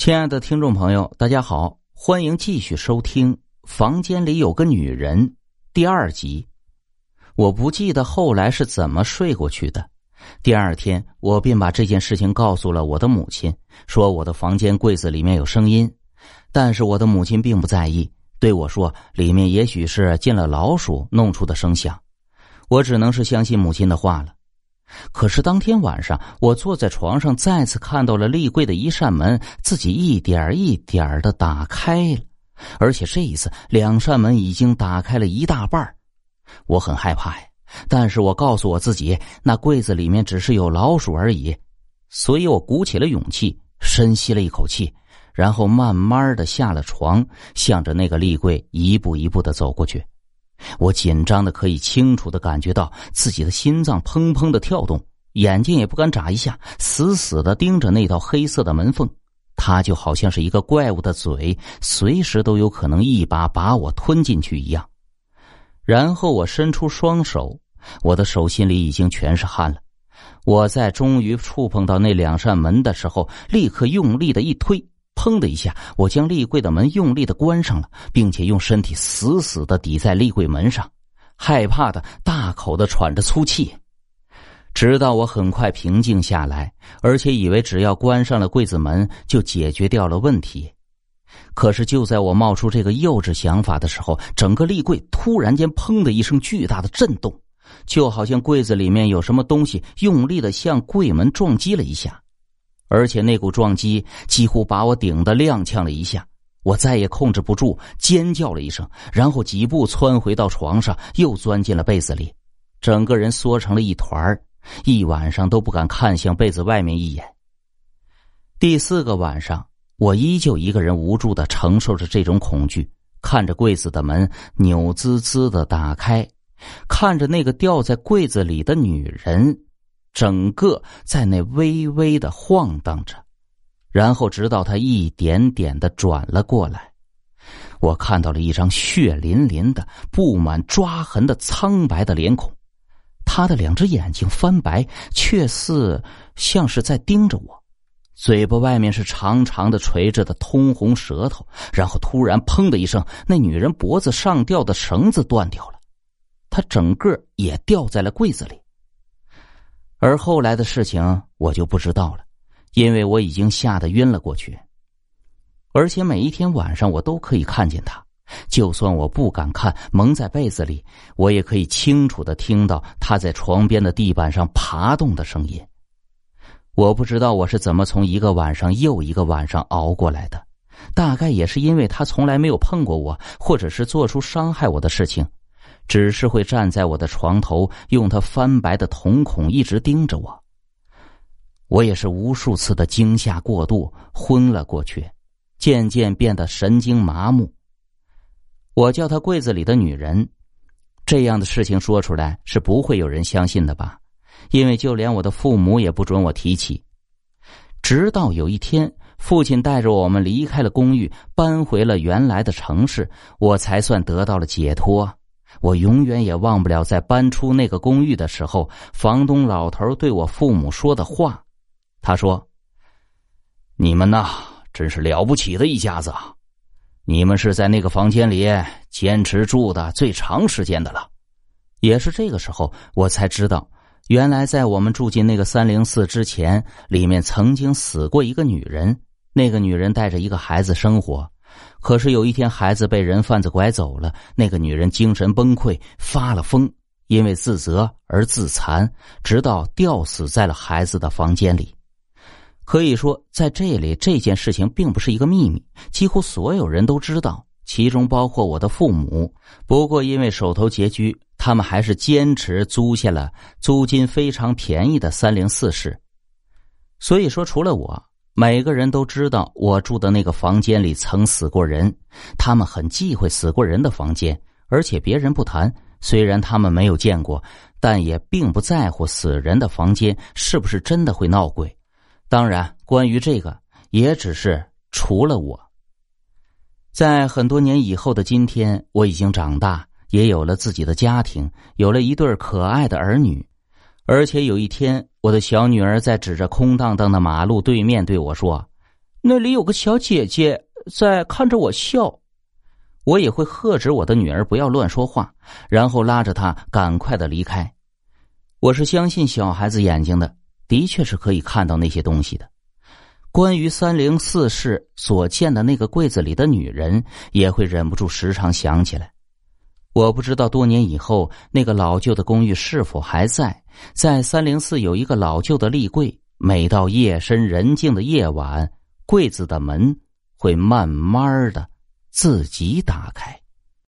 亲爱的听众朋友，大家好，欢迎继续收听《房间里有个女人》第2集。我不记得后来是怎么睡过去的。第2天，我便把这件事情告诉了我的母亲，说我的房间柜子里面有声音。但是我的母亲并不在意，对我说里面也许是进了老鼠弄出的声响。我只能是相信母亲的话了。可是当天晚上，我坐在床上再次看到了立柜的一扇门自己一点一点的打开了，而且这一次2扇门已经打开了一大半。我很害怕呀，但是我告诉我自己，那柜子里面只是有老鼠而已。所以我鼓起了勇气，深吸了一口气，然后慢慢的下了床，向着那个立柜一步一步的走过去。我紧张的可以清楚的感觉到自己的心脏砰砰的跳动，眼睛也不敢眨一下，死死的盯着那道黑色的门缝。它就好像是一个怪物的嘴，随时都有可能一把把我吞进去一样。然后我伸出双手，我的手心里已经全是汗了。我在终于触碰到那2扇门的时候，立刻用力的一推，砰的一下，我将立柜的门用力的关上了，并且用身体死死的抵在立柜门上，害怕的大口的喘着粗气。直到我很快平静下来，而且以为只要关上了柜子门就解决掉了问题。可是就在我冒出这个幼稚想法的时候，整个立柜突然间砰的一声巨大的震动，就好像柜子里面有什么东西用力的向柜门撞击了一下。而且那股撞击几乎把我顶得踉跄了一下，我再也控制不住，尖叫了一声，然后几步窜回到床上，又钻进了被子里，整个人缩成了一团，一晚上都不敢看向被子外面一眼。第4个晚上，我依旧一个人无助地承受着这种恐惧，看着柜子的门扭滋滋地打开，看着那个吊在柜子里的女人整个在那微微的晃荡着，然后直到他一点点的转了过来，我看到了一张血淋淋的布满抓痕的苍白的脸孔，他的2只眼睛翻白，却像是在盯着我，嘴巴外面是长长的垂着的通红舌头。然后突然砰的一声，那女人脖子上吊的绳子断掉了，她整个也掉在了柜子里。而后来的事情我就不知道了，因为我已经吓得晕了过去。而且每一天晚上我都可以看见他，就算我不敢看，蒙在被子里，我也可以清楚地听到他在床边的地板上爬动的声音。我不知道我是怎么从一个晚上又一个晚上熬过来的，大概也是因为他从来没有碰过我，或者是做出伤害我的事情，只是会站在我的床头，用他翻白的瞳孔一直盯着我。我也是无数次的惊吓过度，昏了过去，渐渐变得神经麻木。我叫她柜子里的女人，这样的事情说出来是不会有人相信的吧，因为就连我的父母也不准我提起。直到有一天，父亲带着我们离开了公寓，搬回了原来的城市，我才算得到了解脱。我永远也忘不了在搬出那个公寓的时候，房东老头对我父母说的话。他说：你们呐，真是了不起的一家子啊，你们是在那个房间里坚持住的最长时间的了。也是这个时候我才知道，原来在我们住进那个304之前，里面曾经死过一个女人，那个女人带着一个孩子生活。可是有一天孩子被人贩子拐走了，那个女人精神崩溃，发了疯，因为自责而自残，直到吊死在了孩子的房间里。可以说在这里这件事情并不是一个秘密，几乎所有人都知道，其中包括我的父母。不过因为手头拮据，他们还是坚持租下了租金非常便宜的304室。所以说除了我，每个人都知道我住的那个房间里曾死过人，他们很忌讳死过人的房间，而且别人不谈，虽然他们没有见过，但也并不在乎死人的房间是不是真的会闹鬼。当然关于这个也只是除了我。在很多年以后的今天，我已经长大，也有了自己的家庭，有了一对可爱的儿女。而且有一天，我的小女儿在指着空荡荡的马路对面对我说： 那里有个小姐姐在看着我笑。我也会喝止我的女儿不要乱说话，然后拉着她赶快的离开。我是相信小孩子眼睛的，的确是可以看到那些东西的。关于304室所见的那个柜子里的女人，也会忍不住时常想起来。我不知道多年以后那个老旧的公寓是否还在304有一个老旧的立柜，每到夜深人静的夜晚，柜子的门会慢慢的自己打开。